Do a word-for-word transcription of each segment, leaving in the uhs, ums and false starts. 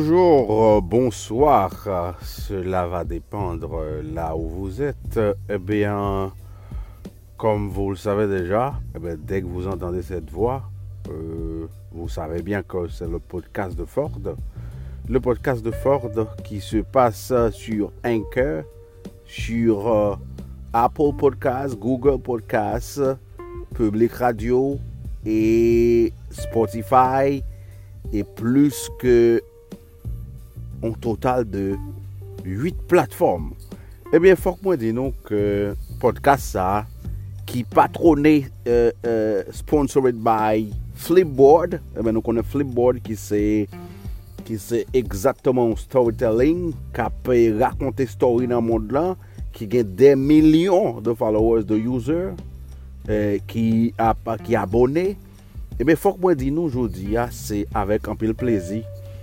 bonjour, euh, bonsoir, euh, cela va dépendre euh, là où vous êtes. Euh, eh bien, comme vous le savez déjà, eh bien, dès que vous entendez cette voix, euh, vous savez bien que c'est le podcast de Ford. Le podcast de Ford qui se passe sur Anchor, sur euh, Apple Podcasts, Google Podcasts, Public Radio et Spotify, et plus que un total de huit plateformes. Eh bien, faut que moi dis non que podcast ça qui patronné euh, euh, sponsored by Flipboard. Eh bien, nous connaissons Flipboard qui c'est qui c'est exactement storytelling, qui peut raconter story dans le monde là, qui a des millions de followers, de users, euh, qui a qui abonnés. Eh bien, faut que moi dis nous aujourd'hui, c'est avec un peu de plaisir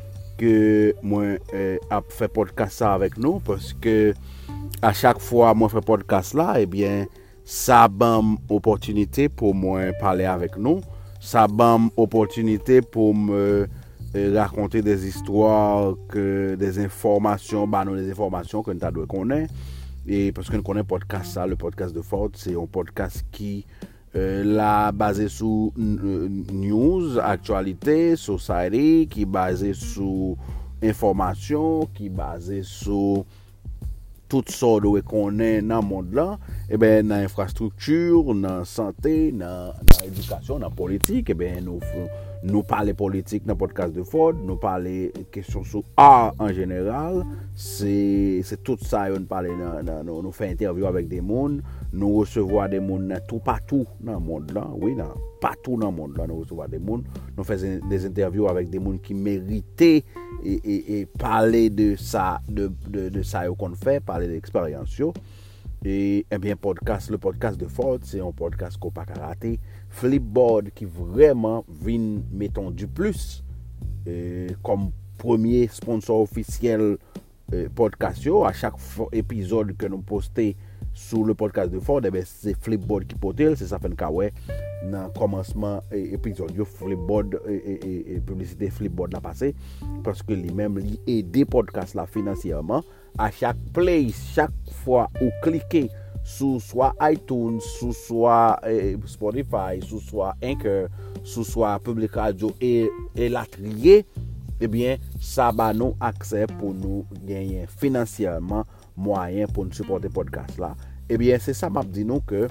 que moi euh, a fait podcast ça avec nous, parce que à chaque fois moi fais podcast là, eh bien ça donne opportunité pour moi parler avec nous, ça donne opportunité pour me euh, raconter des histoires, que des informations, bah non, des informations que nous doit connaître. Et parce que nous connaissons podcast ça, le podcast de Ford, c'est un podcast qui Euh, là basé sur euh, news, actualité, society, qui basé sur information, qui basé sur toutes sortes de qu'on est dans le monde là, et ben dans infrastructure, dans santé, dans éducation, dans politique, et ben nous nous parler politique dans le podcast de Ford, nous parler questions sur art en général, c'est c'est tout ça on parler nous nous fait interview avec des monde, nous recevoir des monde tout partout dans le monde là, oui, dans partout dans le monde là, nous recevoir des monde, nous faisons des interviews avec des monde qui méritaient et, et, et parler de ça de de, de ça qu'on fait, parler d'expérience. Et eh bien podcast, le podcast de Ford, c'est un podcast qu'on pas raté. Flipboard qui vraiment vient mettons du plus euh, comme premier sponsor officiel euh, podcast yo. À chaque épisode que nous postons sur le podcast de Ford, eh bien, c'est Flipboard qui potel, c'est ça fait ka ouais dans commencement épisode yo Flipboard et, et, et publicité Flipboard la passé, parce que lui-même lui aider podcast là financièrement. À chaque play, chaque fois où cliquez sur soit iTunes, sur soit eh, Spotify, sur soit Anchor, sur soit Public Radio et, et la trier, eh bien, ça va nous accès pour nous gagner financièrement moyen pour nous supporter podcast là. Eh bien, c'est ça m'a dit nous que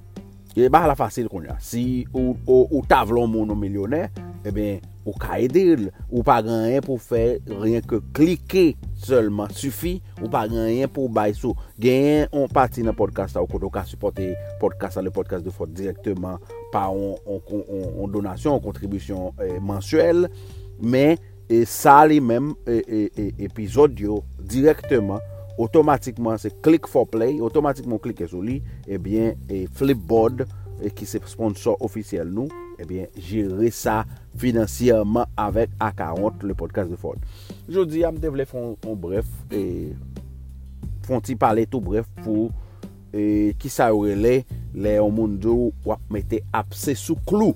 et bah la facile qu'on a. Si ou ou, ou t'avlon mon millionnaire, eh bien, ou ka aider, ou pas rien pour faire rien que cliquer seulement suffit, ou pas rien pour bailler sous. Gagner on partie dans podcast là, ou qu'on ka supporter podcast le podcast de Ford directement par on on, on, on donation, en contribution eh, mensuelle, mais et ça les même eh, eh, épisode yo directement automatiquement c'est click for play, automatiquement cliquer sur lui, et bien et Flipboard et qui c'est sponsor officiel nous, et bien gérer ça financièrement avec A quarante le podcast de Ford. Je dis à me développer font bref et font ti parler tout bref pour et qui ça relait les au monde ou mettre abcès sous clou.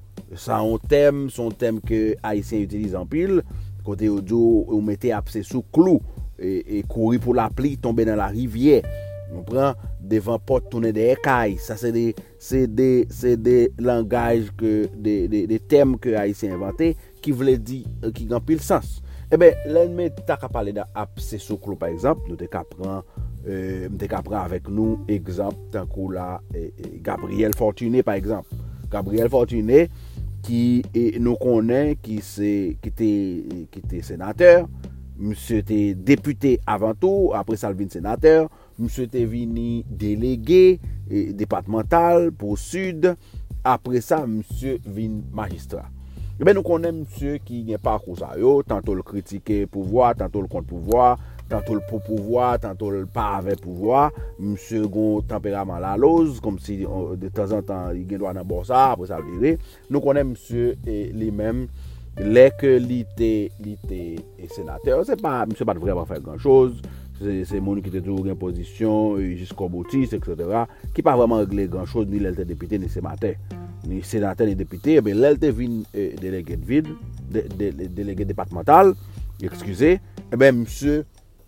Ça un thème, son thème que haïtien utilise en pile, côté audio ou mettez abcès sous clou. Et, et courir pour la pluie, tomber dans la rivière. On prend devant porte tourner des écailles. Ça c'est des c'est des c'est des langages que des, des, des termes que haïtien inventé qui voulait dire qui ont pile sens. Eh ben l'ennemi t'a qu'à parler d'abcès sous clou par exemple, nous t'es qu'à prendre euh t'es qu'à prendre avec nous exemple tant que là et, et Gabriel Fortuné par exemple. Gabriel Fortuné qui et, nous connaît qui c'est qui était qui était sénateur. Monsieur était député avant tout, après ça il vient sénateur, monsieur était venu délégué eh, départemental pour Sud, après ça monsieur vient magistrat. Et ben nous connaissons monsieur qui n'est pas comme ça yo, tantôt le critiquer pouvoir, tantôt le contre pouvoir, tantôt le pour pouvoir, tantôt le pas avec pouvoir, monsieur gon tempérament la lose comme si de temps en temps il doit dans bon ça, après ça virer. Nous connaissons monsieur et lui-même les que l'été l'été et sénateur, c'est pas monsieur pas vraiment faire grand chose, c'est c'est monde qui était toujours en position jusqu'au boutiste etc., qui pas vraiment régler grand chose ni l'était député ni sénateur ni sénateur ni député. Ben l'était vinn délégué de ville délégué départemental excusez, eh bien, monsieur,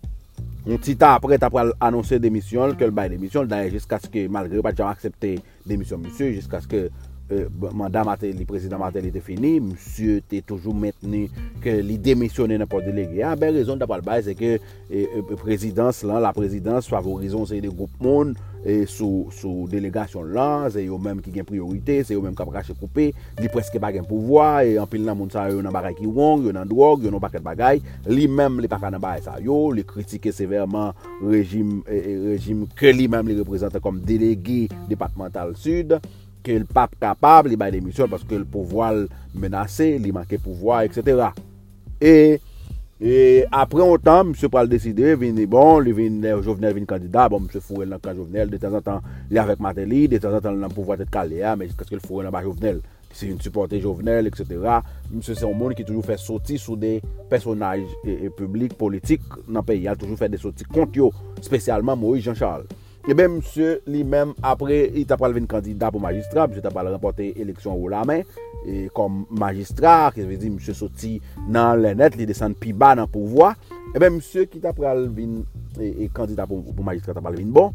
un petit temps après, tu as annoncé démission, que le bail démission, d'ailleurs, jusqu'à ce que, malgré pas déjà accepté démission, monsieur, jusqu'à ce que le euh, mandat Martelly, le président Martelly était fini, monsieur était toujours maintenu que les démissionner n'importe délégué. Ah, ben, raison d'avoir le bail, c'est que euh, euh, présidence, là, la présidence favorise des groupes monde et sous sous délégation là, c'est eux même qui gagne priorité, c'est eux même qui rache coupé, li presque pas gain pouvoir et en pile nan moun sa yo nan bagay ki wrong, yo nan drogue, yo nan paquet bagay, li même li pas nan bagay ça yo, li critiquer sévèrement régime régime que lui même li représente comme délégué départemental sud, que le pape capable, il bail démission parce que le pouvoir menacé, il manquait pouvoir, et cetera. Et Et après autant, M. Pral décidé, vini bon, il vient Jovenel vient candidat, bon, M. Fourel dans le Jovenel, de temps en temps, il est avec Martelly, de temps en temps, il a le pouvoir d'être calé, mais jusqu'à ce que le Fourel n'a pas Jovenel. C'est une supporter Jovenel, et cetera. M. c'est un monde qui toujours fait sortir sur des personnages et, et publics, politiques dans le pays. Il a toujours fait des sorties contre eux, spécialement Moïse Jean-Charles. Et bien, monsieur, lui-même, après, il t'a pas le candidat pour magistrat, monsieur t'a pas remporté l'élection au la main, et comme magistrat, qui veut dire, monsieur sorti dans les net, il descend plus bas dans le pouvoir. Et bien, monsieur, qui t'a pas le candidat pour, pour magistrat, t'a pas le bon.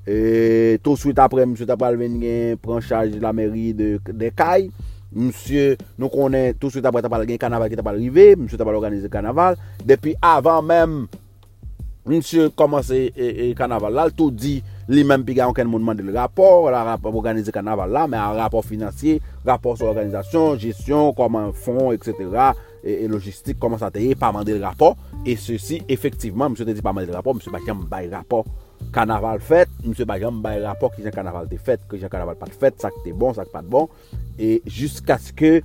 Et tout de suite après, monsieur t'a pas le prendre charge de la mairie de, de Caille. Monsieur, nous connaissons tout de suite après, t'a pas le carnaval qui t'a pas arrivé, monsieur t'a pas organisé carnaval. Depuis avant même, monsieur commencé et, et carnaval là, tout dit lui-même puis aucun monde demande le rapport, la rapport organiser carnaval là, mais un rapport financier, rapport sur organisation, gestion, comment fonds, et cetera. Et, et logistique, comment ça t'est, pas demander le rapport. Et ceci, effectivement, monsieur te dit pas demander le rapport, monsieur pas jamais bail rapport carnaval fait, monsieur pas jamais bail rapport qui j'ai carnaval t'est fait, que j'ai carnaval pas fait, ça que t'es bon, ça que pas de bon. Et jusqu'à ce que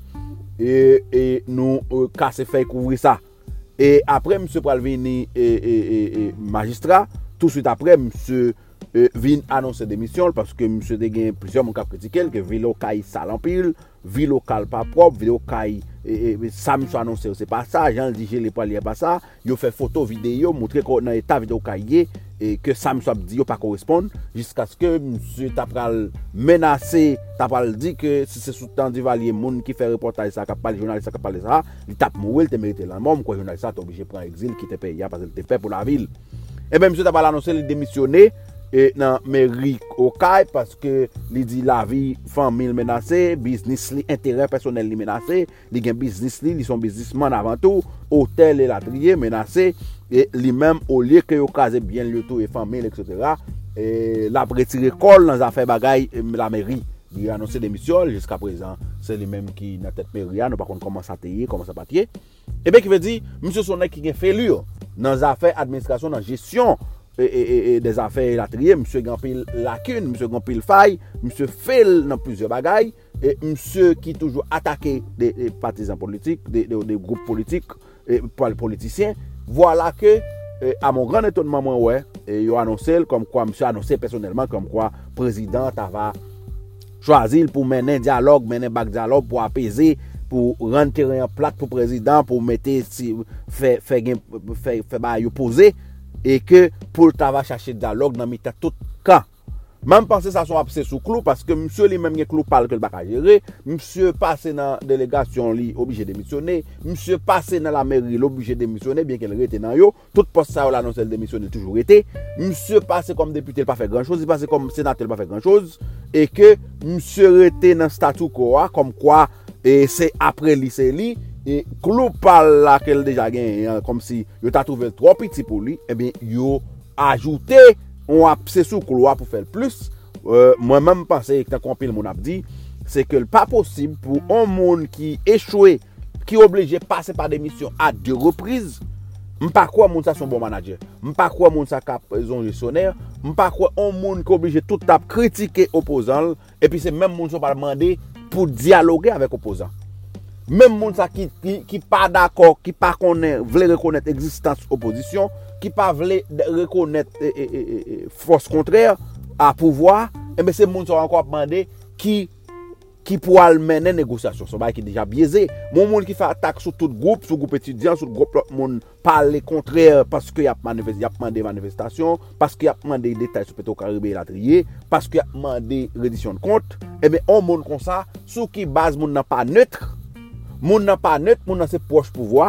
et, et nous euh, casser fait couvrir ça. Et après, M. Pralvini et, et, et magistrat, tout de suite après, M. Euh, vient annoncer démission parce que M. Deguen, plusieurs m'ont critiqué que Vilo Caille sale en pile, Vilo Caille pas propre, Vilo Caille, et, et, ça M. annoncé, c'est pas ça, Jean dit, je l'ai pas lié pas ça, il fait photo, vidéo, montrer qu'on dans l'état vidéo Caille et que ça M. dit, il pas correspond, jusqu'à ce que M. Tapral menacé, Tapral dit que si c'est sous temps d'Ivalier, moun qui fait reportage, ça, qui parle journaliste, ça, qui parle ça, il tape mourir, il te mérite la mort, quoi, journaliste, ça, t'es obligé de prendre exil, qui te paye, parce qu'il te fait pour la ville. Et bien, M. Tapral annoncé, il démissionné, et dans mairie au Caille parce que il dit la vie famille menacée, business li, intérêt personnel li menacé, li gen business li, li son businessman avant tout, hôtel et latrier menacé et lui-même au lieu que yo case bien le tout et famille et cetera. Et la retiré col dans affaire bagaille la mairie. Il a annoncé démission jusqu'à présent, c'est lui-même qui dans tête mairie, nous par contre comment ça tailler, comment ça papier. Et bien qui veut dire monsieur son qui gen fêlure dans affaires administration, dans gestion Et, et, et des affaires latriers, monsieur Gampil lacune, monsieur Gampil faille, monsieur fait dans plusieurs bagailles, et monsieur qui toujours attaqué des, des partisans politiques, des, des, des groupes politiques, et politiciens. Voilà que, et à mon grand étonnement, moi, ouais, et il a annoncé, comme quoi, monsieur a annoncé personnellement, comme quoi, président va choisir pour mener un dialogue, mener un bac dialogue pour apaiser, pour rendre terrain plat pour président, pour mettre, si, faire, faire, faire, faire, faire, opposer. Et que pour le travail chercher dialogue dans mitan tout camp. Même penser ça sont absé sous clou parce que monsieur lui même clou parle que le bac à gérer, monsieur passé dans délégation li obligé de démissionner, monsieur passé dans la mairie l'obligé de démissionner bien qu'elle était dans yo, toute poste ça l'annonce de démissionner toujours été, monsieur passé comme député il pas fait grand-chose, il passé comme sénateur il pas fait grand-chose et que monsieur était dans statu quo comme quoi et c'est après lycée li. Et clou parle là qu'elle déjà gagné comme si il t'a trouvé trop petit pour lui et bien yo ajouté on a c'est sous couloir pour faire plus euh, moi même penser que tant pile mon a dit c'est que pas possible pour un monde qui échoué qui obligé passer par des missions à deux reprises m'pas quoi monde ça son bon manager m'pas quoi monde ça cap son gestionnaire m'pas quoi un monde qui obligé tout tap critiquer opposant et puis c'est même monde sont pas demander pour dialoguer avec opposant. Même moun ça qui qui qui pas d'accord, qui pas connaît, veut reconnaître existence opposition, qui pas veut reconnaître eh, eh, eh, force contraire à pouvoir, et ben c'est moun sont encore demander qui qui pourra mener négociation. C'est bail qui déjà biaisé. Mon monde qui fait attaque sur tout groupe, sur groupe étudiant, sur groupe monde parler contraire parce que y a manifesté, y a demandé manifestation, parce qu'il y a demandé des détails sur Petro-Caribé et Latrier, parce qu'il y a demandé reddition de compte, et ben on monde comme ça, sur qui base monde n'a pas neutre. Moun n'a pas neutre, moun n'a ses proches pouvoir,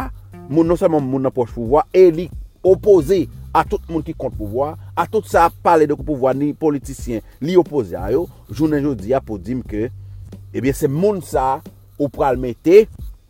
moun non seulement moun nan proche pouvoir et li opposé à tout le monde qui compte pouvoir, à tout ça parler de pouvoir ni politicien, li opposé à yo, journée jodi a pour dire que eh bien c'est monde ça ou pral mettre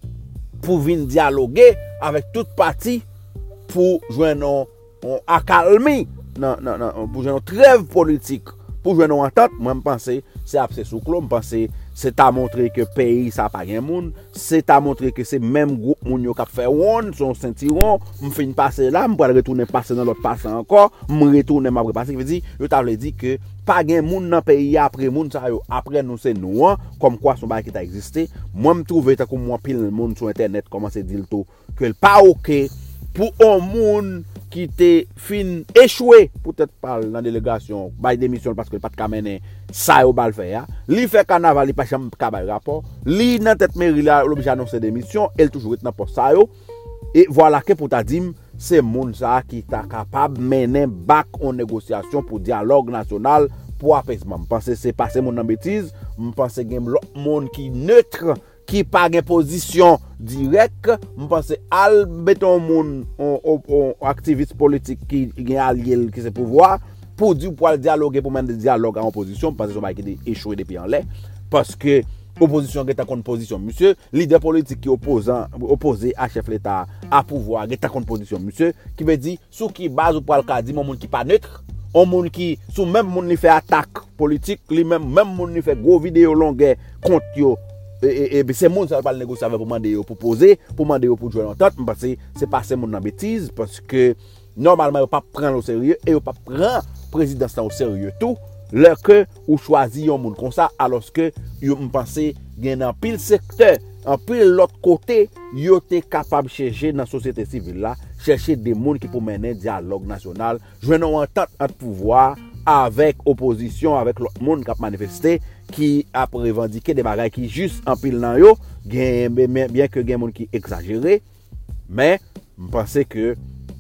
pour venir dialoguer avec toute partie pour joindre un accalmie non non non pour joindre une trêve politique, pour joindre une entente. Moi me penser c'est absé sous clos, me penser c'est à montrer que pays ça pas gen moun, c'est à montrer que c'est même groupe moun yo k'ap fait one son ceinturon, me fin passer là, me pral retourner passer dans l'autre passer encore, me retourner m'a repasser, veut dire yo t'a veut dire que pas gen moun dans pays après moun ça yo, après nous c'est nous comme quoi son bail qui t'a existé. Moi me trouver ta comme moi pile monde sur internet commence dire tout que le pas OK pour un monde qui était fin échoué peut-être pas dans délégation bail démission parce que pas de camene ça au bal faire li fait carnaval li pas chambre cabal rapport li dans tête mairie là l'obligé annoncer démission elle toujours dans poste ça yo et voilà que pour ta dim c'est monde ça qui t'a capable mener back en négociation pour dialogue national pour apaisement. Je pense que c'est passé mon en bêtise, je pense que gen l'autre monde qui neutre qui pas gen position directe, je pense que al béton monde on activiste politique qui gen allié qui c'est pouvoir pour dire pour dialoguer pour mener des dialogues en opposition parce que ça va échouer depuis en l'air parce que opposition est contre position monsieur leader politique qui opposant opposé à chef l'état à pouvoir est contre position monsieur qui veut dire sous qui base ou pour le cas dit mon monde qui pas neutre on monde qui sous même monde qui fait attaque politique lui même même monde qui fait gros vidéo longue contre yo et, et, et c'est monde ça va négocier avec pour demander pour poser pour demander pour jouer l'entente parce que c'est passer monde dans bêtise parce que normalement on pas prendre au sérieux et on pas prendre président au sérieux tout leur que ou choisi un monde comme ça alors que yo me penser gain dans pile secteur en pile l'autre côté yo était capable chercher dans société civile là chercher des monde qui pour mener dialogue national joindre une entente entre pouvoir avec opposition avec l'autre monde qui a manifesté qui a revendiqué des bagages qui juste en pile dans yo bien bien que gain monde qui exagéré mais me penser que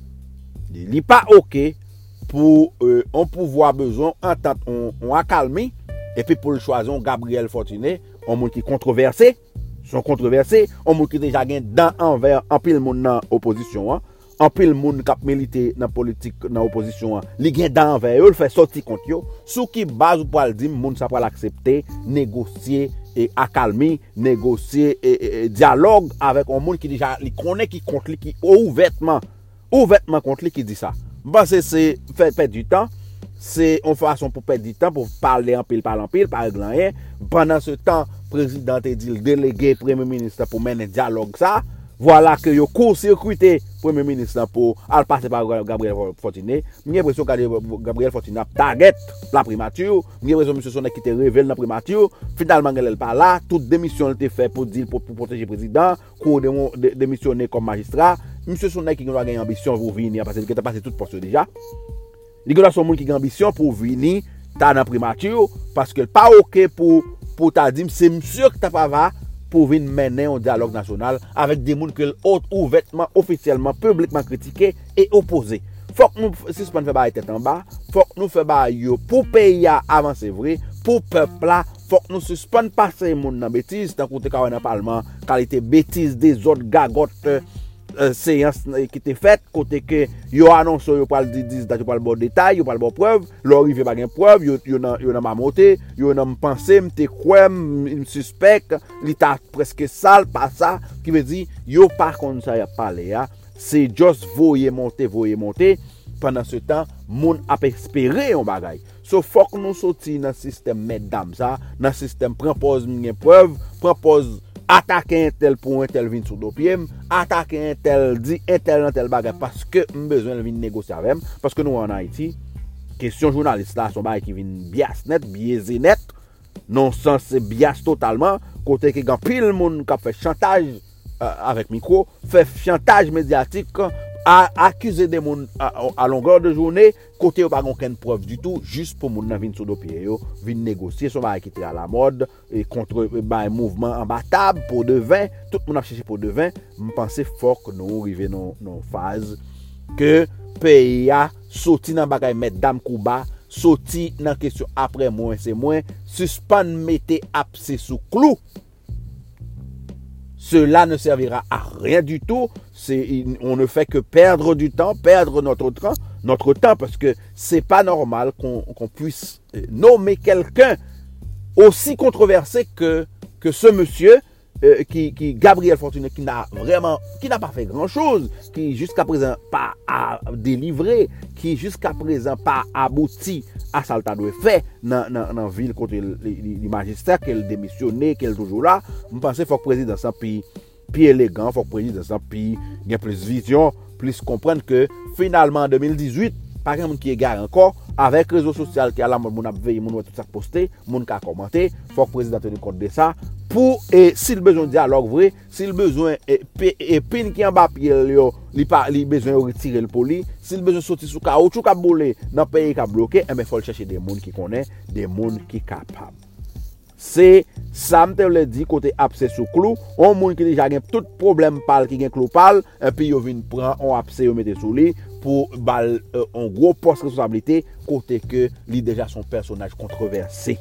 il pas OK pour euh, on pouvoir besoin entente on, on accalmie et puis pour le choisir Gabriel Fortuné on monde qui controversé sont controversés on monde qui déjà gain dans envers en pile monde dans opposition hein. En pile monde qui milité dans politique dans opposition li gain dans envers yo le fait sortir contre yo sous qui base pour le dire monde ça pour l'accepter négocier et accalmie négocier et, et, et dialogue avec un monde qui déjà li connaît qui contre lui qui ouvertement ouvertement contre lui qui dit ça. Parce que c'est faire perdre du temps, c'est une façon pour perdre du temps, pour parler en pile, parler en pile, par exemple. Pendant ce temps, le président a dit le délégué premier ministre pour mener un dialogue ça. Voilà que yo court-circuité premier ministre pour aller passer par Gabriel Fortuné. J'ai l'impression que Gabriel Fortuné a target la primature. J'ai l'impression que M. Sonnet qui était révélé dans la primature. Finalement, il n'est pas là. Toute démission a été faite pour dire pour, pour protéger le président, pour démissionner comme magistrat. M. Sonnet qui a une ambition pour venir parce qu'il a passé toute poste déjà. Il y a son monde qui a une ambition pour venir dans la primature parce que pas OK pour pour ta dire c'est monsieur qui t'a pas pour venir mener un dialogue national avec des gens que ouvertement, officiellement, publiquement critiqués et opposés. Faut que nous suspendons faire tête en bas, faut que nous fassions pour pays à avancer vrai, pour peuple là, faut que nous suspendons passer les gens dans bêtise, tant qu'on est dans le Parlement, qualité bêtise des autres gagottes. Euh, séance qui était faite côté que yo annonce yo pas dire dire yo pas le bon détail yo pas le bon preuve l'arrivée pas gain preuve yo yo nan yo nan mamoté yo nan penser m'te quoi me suspect li ta presque sale pas ça qui veut dire yo pas comme ça y a parlé hein c'est juste voyer monter voyer monter pendant ce temps moun a espérer on bagaille so faut que nous sorti dans système mesdames ça dans système propose une preuve propose attaquer un tel pour un tel vin sous dossier, attaquer un tel dit un tel un tel bagage parce que m besoin de venir négocier avec parce que nous en Haïti question journaliste là son bagage qui vient bias net biaisé net non sens c'est bias totalement côté que grand pile monde qui fait chantage euh, avec micro fait chantage médiatique à accuser des monde à, à longueur de journée côté pas aucune preuve du tout juste pour moun nan vinn sous dossier yo vinn négocier son va quitter à la mode et contre un mouvement imbattable pour de vin tout le monde a cherché pour de vin me penser fort que nous arriver dans dans phase que pays a sorti dans bagay mesdames Kouba sorti dans question après moins c'est moins suspend mettez abcès sous clou cela ne servira à rien du tout. C'est, on ne fait que perdre du temps, perdre notre temps, notre temps parce que c'est pas normal qu'on, qu'on puisse nommer quelqu'un aussi controversé que, que ce monsieur, euh, qui, qui, Gabriel Fortuné, qui n'a vraiment, qui n'a pas fait grand chose, qui jusqu'à présent pas a délivré, qui jusqu'à présent pas abouti à ça le doit fait dans la ville côté les magistrats, qu'elle démissionné, qu'elle toujours là. Je pense qu'il faut que le président soit plus, plus élégant, il faut que le président soit plus, ait plus de vision, plus comprendre que finalement en deux mille dix-huit, par exemple, qui est garé encore, avec les réseaux sociaux qui a la mode, mon a veillé, mon tout ça posté, mon a commenté, il faut que le président tenir compte de ça. Pour, et s'il besoin de dialogue vrai, s'il besoin, et, et, et pin qui en bas, il a besoin de retirer le poli, s'il besoin de sortir sous caoutchouc, qui a boulé, dans le pays qui a bloqué, il faut chercher des gens qui connaissent, des gens qui sont capables. C'est ça, je te dit, côté abcès sous clou, on monde qui déjà a tout problème pal qui a clou pal, et puis ils viennent prendre un abcès, ils mettent sous lui, pour bal, euh, un gros poste de responsabilité, côté que lui déjà son personnage controversé.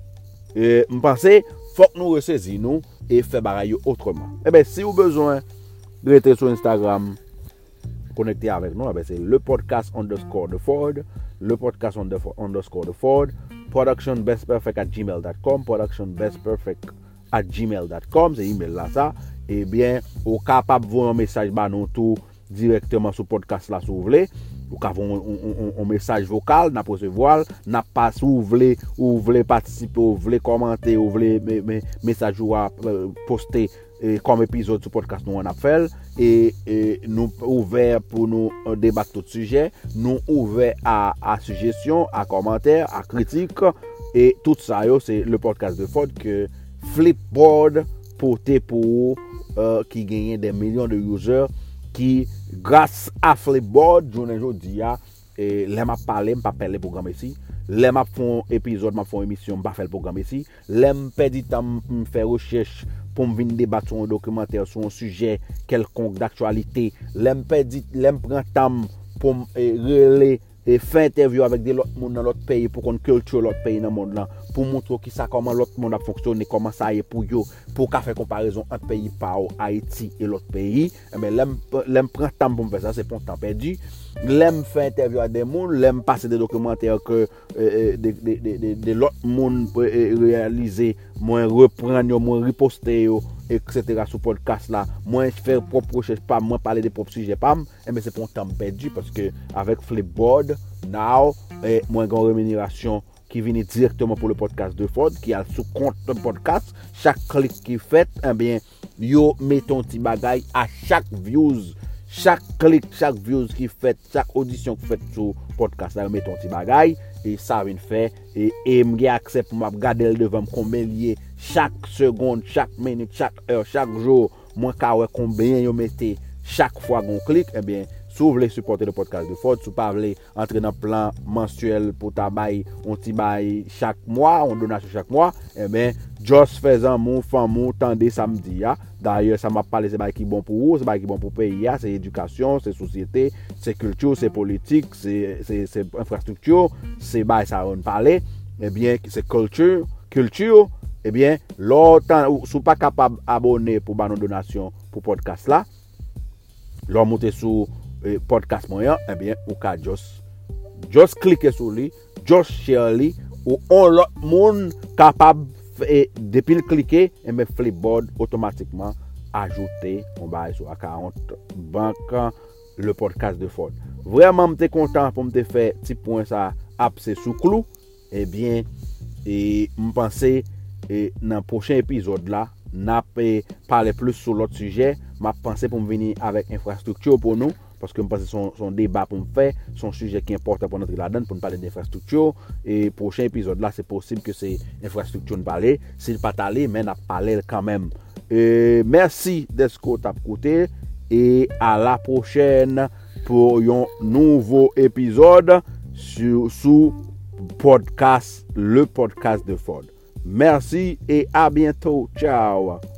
Et je pense qu'il faut que nous ressaisissions nous et faire bagaille autrement. Eh bien, si vous avez besoin de rester sur Instagram, connecter avec nous, eh bien, c'est le podcast underscore de Ford, le podcast underscore de Ford, productionbestperfect at gmail dot com, productionbestperfect at gmail dot com, c'est email là ça. Eh bien, vous êtes capable de voir un message bah nous tout directement sur le podcast là si vous voulez. Vous avez un, un, un message vocal, n'a pas recevoir, n'a pas si vous voulez, ou vous voulez participer, ou vous voulez commenter, ou vous voulez me, me, message ou euh, poster euh, comme épisode sur le podcast nous on a fait et, et nous ouverts pour nous euh, débattre tout sujet, nous ouverts à, à suggestions, à commentaires, à critiques et tout ça yo, c'est le podcast de Ford que Flipboard porté pour euh, qui gagne des millions de users qui grâce à Flipboard journée aujourd'hui et les m'a parlé m'a parler le programme ici les m'a font épisode m'a font émission m'a faire le programme ici les m'a perdu temps me faire recherche pour me venir débattre sur un documentaire sur un sujet quelconque d'actualité les m'a perdu les m'a prend temps pour relayer et faire interview avec des autres monde dans l'autre pays pour qu'on culture l'autre pays dans le monde là pour montrer qui ça comment l'autre monde a fonctionné comment ça est pour yo pour faire comparaison entre pays par Haïti et l'autre pays et ben l'aime l'aime prend temps pour me faire ça c'est pour temps perdu l'aime faire interview avec des monde l'aime passer des documentaires que euh, des des des de l'autre monde réaliser moi reprendre moi reposter yo etc sur podcast là moi faire propre recherche pas moi parler des propres sujets pas et ben c'est pour temps perdu parce que avec Flipboard now et moi une rémunération qui vient directement pour le podcast de Ford qui a sous compte de podcast chaque clic qui fait eh bien yo mettons petit bagay à chaque views chaque clic chaque views qui fait chaque audition qui fait sur podcast là mettons petit bagay et ça vient faire et et m'gay accès pour m'a regarder devant combien lié chaque seconde chaque minute chaque heure chaque jour moi ka ouais combien yo mettez chaque fois qu'on clique eh bien si vous voulez supporter le podcast de Ford, si vous voulez entrer dans le plan mensuel pour tabac, on t'y bail chaque mois, on donne chaque mois, eh bien, just faisant mon femme, mon tendez samedi. D'ailleurs, ça m'a parlé, c'est qui bon pour vous, c'est qui bon pour le pays, c'est éducation, c'est société, c'est culture, c'est politique, c'est, c'est, c'est infrastructure, c'est bah, ça on parler, eh bien, c'est culture, culture, eh bien, l'autant, si vous pas capable d'abonner pour nos donations pour le podcast là, l'on monte sur podcast moyen eh bien ou ka just just cliquer sur lui just share lui ou on l'autre monde capable et depuis le cliquer et me Flipboard automatiquement ajouter on va sur quarante banque le podcast de Ford vraiment m'étais content pour me faire petit point ça abcès sous clou eh bien et me penser et dans prochain épisode là n'a pas parler plus sur l'autre sujet m'a pensé pour me venir avec infrastructure pour nous parce que je pense que son, son débat pour me faire, son sujet qui est important pour notre là-dedans, pour nous parler d'infrastructure. Et prochain épisode là, c'est possible que c'est infrastructure nous parler. S'il pas allé, mais n'a parlé quand même. Et merci d'être écouté et à la prochaine pour un nouveau épisode sur sous podcast, le podcast de Ford. Merci et à bientôt. Ciao.